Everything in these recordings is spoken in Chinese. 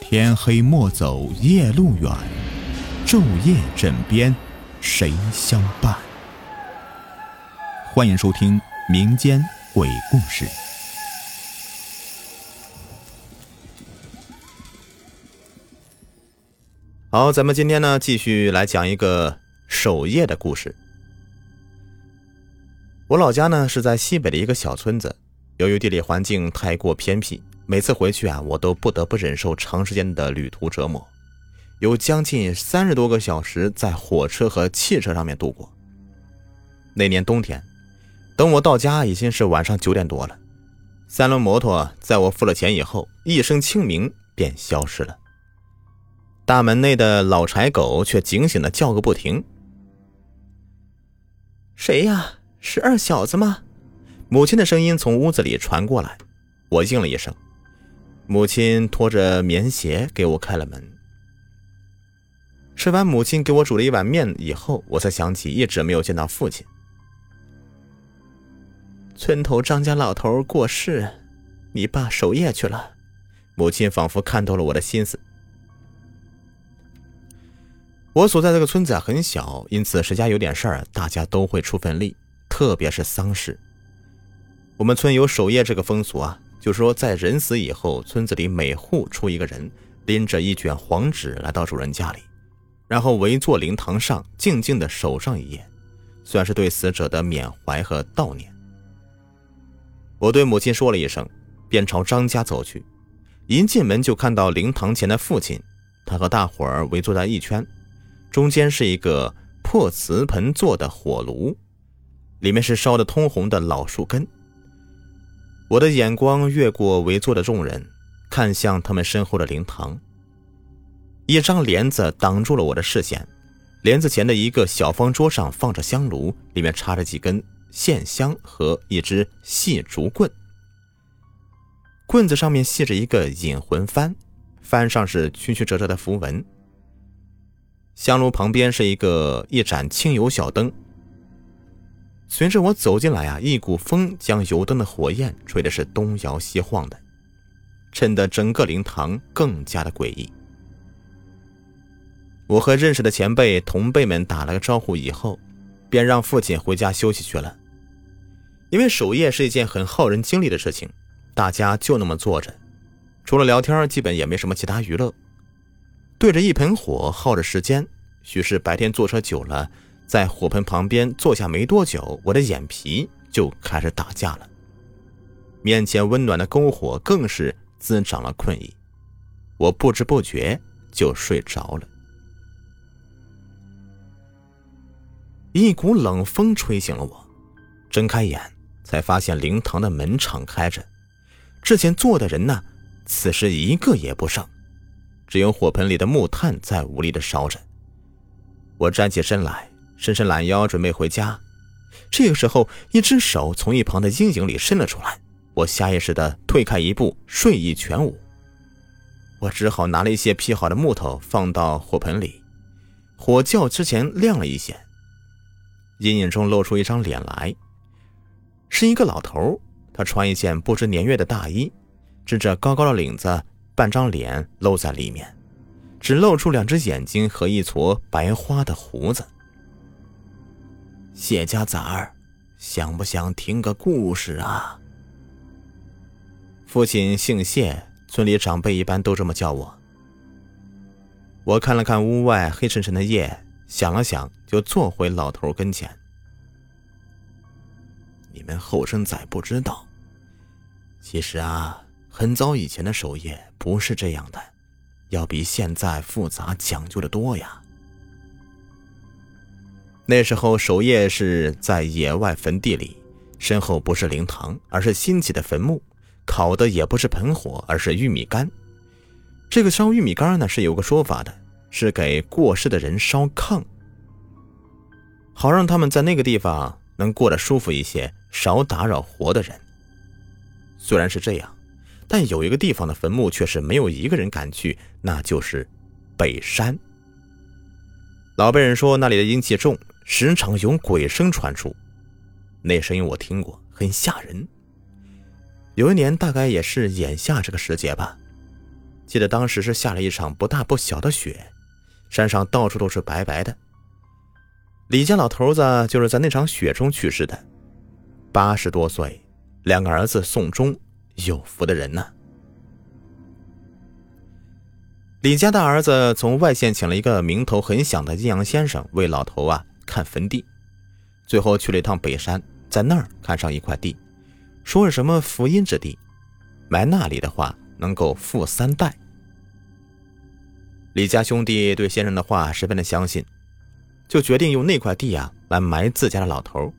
天黑莫走夜路远，昼夜枕边谁相伴？欢迎收听民间鬼故事。 好，咱们今天呢继续来讲一个守夜的故事。我老家呢是在西北的一个小村子，由于地理环境太过偏僻，每次回去我都不得不忍受长时间的旅途折磨，有将近30多个小时在火车和汽车上面度过。那年冬天，等我到家已经是晚上9点多了，3轮摩托在我付了钱以后，一声清鸣便消失了。大门内的老柴狗却警醒地叫个不停。谁呀？是二小子吗？母亲的声音从屋子里传过来，我应了一声。母亲拖着棉鞋给我开了门。吃完母亲给我煮了一碗面以后，我才想起一直没有见到父亲。村头张家老头过世，你爸守夜去了。母亲仿佛看透了我的心思。我所在这个村子很小，因此谁家有点事儿，大家都会出份力，特别是丧事。我们村有守夜这个风俗就是说在人死以后，村子里每户出一个人，拎着一卷黄纸来到主人家里，然后围坐灵堂上静静地守上一夜，算是对死者的缅怀和悼念。我对母亲说了一声，便朝张家走去。一进门就看到灵堂前的父亲，他和大伙儿围坐在一圈，中间是一个破瓷盆做的火炉，里面是烧得通红的老树根。我的眼光越过围坐的众人，看向他们身后的灵堂。一张帘子挡住了我的视线，帘子前的一个小方桌上放着香炉，里面插着几根线香和一支细竹棍。棍子上面系着一个引魂幡，幡上是曲曲折折的符文。香炉旁边是一盏清油小灯。随着我走进来一股风将油灯的火焰吹的是东摇西晃的，衬得整个灵堂更加的诡异。我和认识的前辈同辈们打了个招呼以后，便让父亲回家休息去了。因为守夜是一件很耗人精力的事情，大家就那么坐着，除了聊天基本也没什么其他娱乐，对着一盆火耗着时间。许是白天坐车久了，在火盆旁边坐下没多久，我的眼皮就开始打架了。面前温暖的篝火更是滋长了困意，我不知不觉就睡着了。一股冷风吹醒了我，睁开眼才发现灵堂的门敞开着，之前坐的人呢，此时一个也不剩，只有火盆里的木炭在无力地烧着。我站起身来，伸伸懒腰准备回家。这个时候，一只手从一旁的阴影里伸了出来，我下意识地退开一步，睡意全无。我只好拿了一些劈好的木头放到火盆里，火较之前亮了一些。阴影中露出一张脸来，是一个老头，他穿一件不知年月的大衣，支着高高的领子，半张脸露在里面，只露出2只眼睛和一撮白花的胡子。谢家崽儿，想不想听个故事啊？父亲姓谢，村里长辈一般都这么叫我。我看了看屋外黑沉沉的夜，想了想，就坐回老头跟前。你们后生仔不知道，其实很早以前的守夜不是这样的，要比现在复杂讲究的多呀。那时候守夜是在野外坟地里，身后不是灵堂，而是新起的坟墓，烤的也不是盆火，而是玉米杆。这个烧玉米杆呢是有个说法的，是给过世的人烧炕，好让他们在那个地方能过得舒服一些，少打扰活的人。虽然是这样，但有一个地方的坟墓却是没有一个人敢去，那就是北山。老辈人说那里的阴气重，时常有鬼声传出，那声音我听过，很吓人。有一年大概也是眼下这个时节吧， 记得当时是下了一场不大不小的雪，山上到处都是白白的。李家老头子就是在那场雪中去世的，80多岁，2个儿子送终，有福的人呢。李家的儿子从外县请了一个名头很响的阴阳先生为老头看坟地，最后去了一趟北山，在那儿看上一块地，说是什么福荫之地，埋那里的话能够富3代。李家兄弟对先生的话十分的相信，就决定用那块地来埋自家的老头。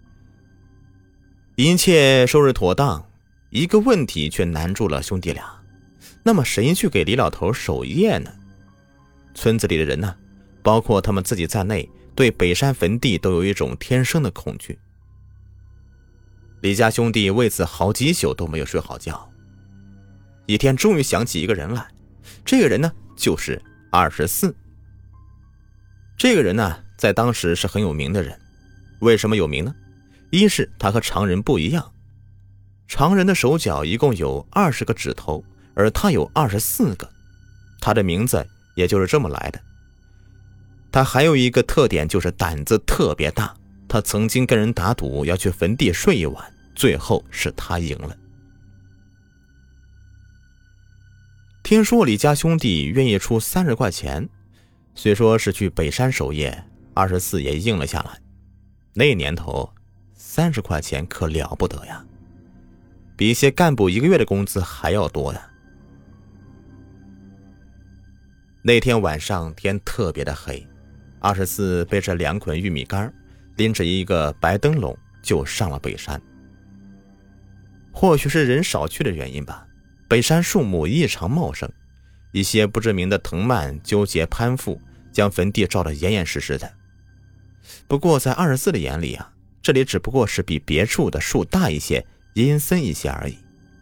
一切收拾妥当，一个问题却难住了兄弟俩，那么谁去给李老头守夜呢？村子里的人呢，包括他们自己在内，对北山坟地都有一种天生的恐惧。李家兄弟为此好几宿都没有睡好觉。一天终于想起一个人来，这个人呢就是24。这个人呢在当时是很有名的人。为什么有名呢？一是他和常人不一样，常人的手脚一共有20个指头，而他有24个，他的名字也就是这么来的。他还有一个特点，就是胆子特别大，他曾经跟人打赌要去坟地睡一晚，最后是他赢了。听说李家兄弟愿意出30块钱，虽说是去北山守夜，24也应了下来。那年头30块钱可了不得呀，比一些干部1个月的工资还要多呀。那天晚上天特别的黑，24背着2捆玉米杆，拎着一个白灯笼就上了北山。或许是人少去的原因吧，北山树木异常茂盛，一些不知名的藤蔓纠结攀附，将坟地照得严严实实的。不过在24的眼里这里只不过是比别处的树大一些，阴森一些而已。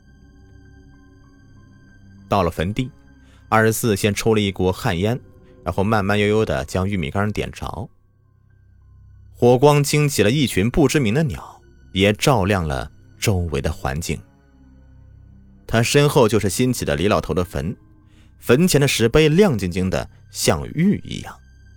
到了坟地，24先抽了一锅旱烟，然后慢慢悠悠地将玉米杆点着，火光惊起了一群不知名的鸟，也照亮了周围的环境。他身后就是新起的李老头的坟，坟前的石碑亮晶晶的，像玉一样。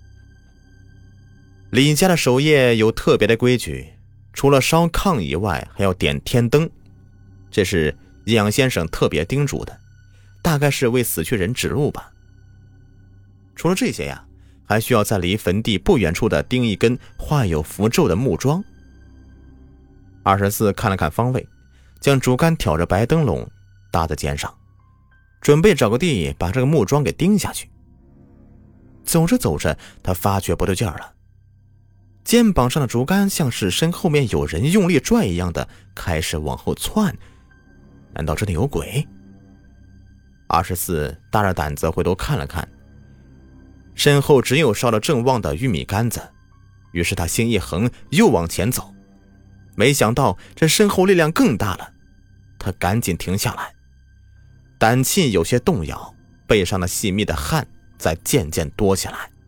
李家的守夜有特别的规矩，除了烧炕以外，还要点天灯，这是阴阳先生特别叮嘱的，大概是为死去人指路吧。除了这些还需要在离坟地不远处的钉一根画有符咒的木桩。24看了看方位，将竹竿挑着白灯笼搭在肩上，准备找个地把这个木桩给钉下去。走着走着，他发觉不对劲儿了，肩膀上的竹竿像是身后面有人用力拽一样的开始往后窜，难道这里有鬼？24大着胆子回头看了看，身后只有烧得正旺的玉米杆子，于是他心一横，又往前走。没想到这身后力量更大了，他赶紧停下来，胆气有些动摇，背上的细密的汗在渐渐多起来。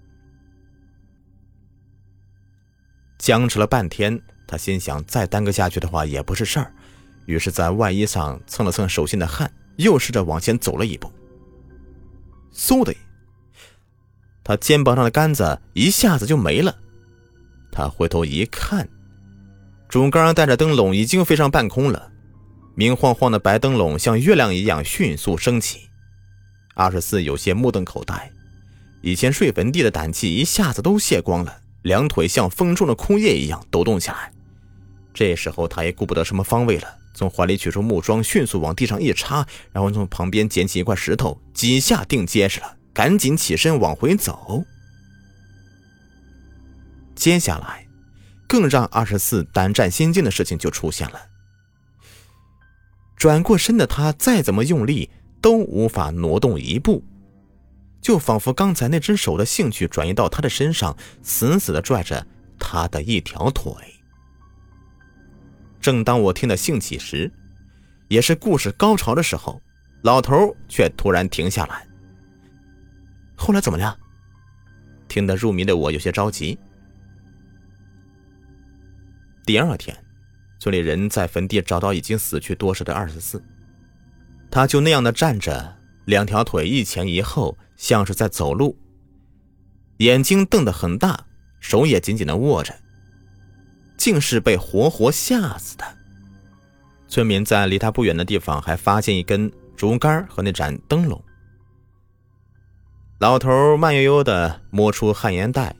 僵持了半天，他心想再耽搁下去的话也不是事儿，于是在外衣上蹭了蹭手心的汗，又试着往前走了一步。嗖的，他肩膀上的杆子一下子就没了。他回头一看，竹竿带着灯笼已经飞上半空了，明晃晃的白灯笼像月亮一样迅速升起。24有些目瞪口呆，以前睡坟地的胆气一下子都泄光了，两腿像风中的枯叶一样抖动起来。这时候他也顾不得什么方位了，从怀里取出木桩，迅速往地上一插，然后从旁边捡起一块石头，几下定结实了，赶紧起身往回走。接下来更让24胆战心惊的事情就出现了，转过身的他再怎么用力都无法挪动一步，就仿佛刚才那只手的兴趣转移到他的身上，死死地拽着他的一条腿。正当我听得兴起时，也是故事高潮的时候，老头却突然停下来。后来怎么了？听得入迷的我有些着急。第二天，村里人在坟地找到已经死去多时的24，他就那样的站着， 两条腿一前一后，像是在走路，眼睛瞪得很大，手也紧紧地握着，竟是被活活吓死的。村民在离他不远的地方还发现一根竹竿和那盏灯笼。老头慢悠悠地摸出旱烟袋，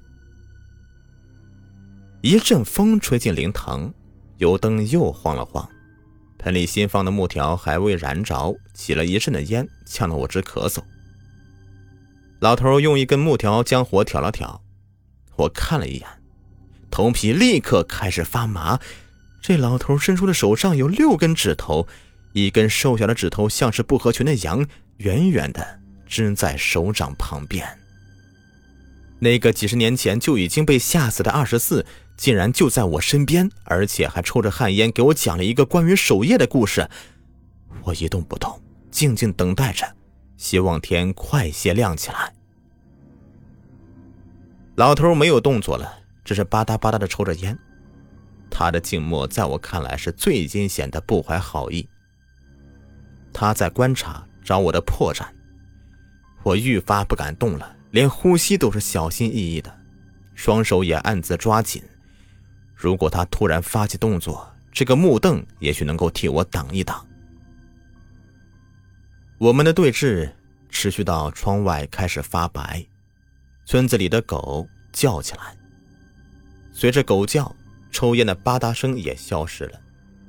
一阵风吹进灵堂，油灯又晃了晃，盆里新放的木条还未燃着，起了一阵的烟，呛得我直咳嗽。老头用一根木条将火挑了挑，我看了一眼，头皮立刻开始发麻。这老头伸出的手上有6根指头，一根瘦小的指头像是不合群的羊，远远地支在手掌旁边。那个几十年前就已经被吓死的24，竟然就在我身边，而且还抽着旱烟给我讲了一个关于守夜的故事。我一动不动，静静等待着，希望天快些亮起来。老头没有动作了，只是吧嗒吧嗒地抽着烟。他的静默在我看来是最阴险的不怀好意。他在观察，找我的破绽。我愈发不敢动了，连呼吸都是小心翼翼的，双手也暗自抓紧。如果他突然发起动作，这个木凳也许能够替我挡一挡。我们的对峙持续到窗外开始发白，村子里的狗叫起来，随着狗叫，抽烟的吧嗒声也消失了。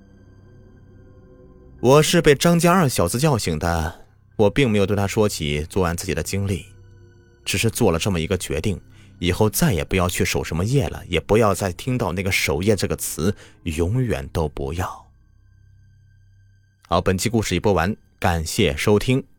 我是被张家二小子叫醒的，我并没有对他说起作案自己的经历，只是做了这么一个决定，以后再也不要去守什么夜了，也不要再听到那个守夜这个词，永远都不要。好，本期故事已播完，感谢收听。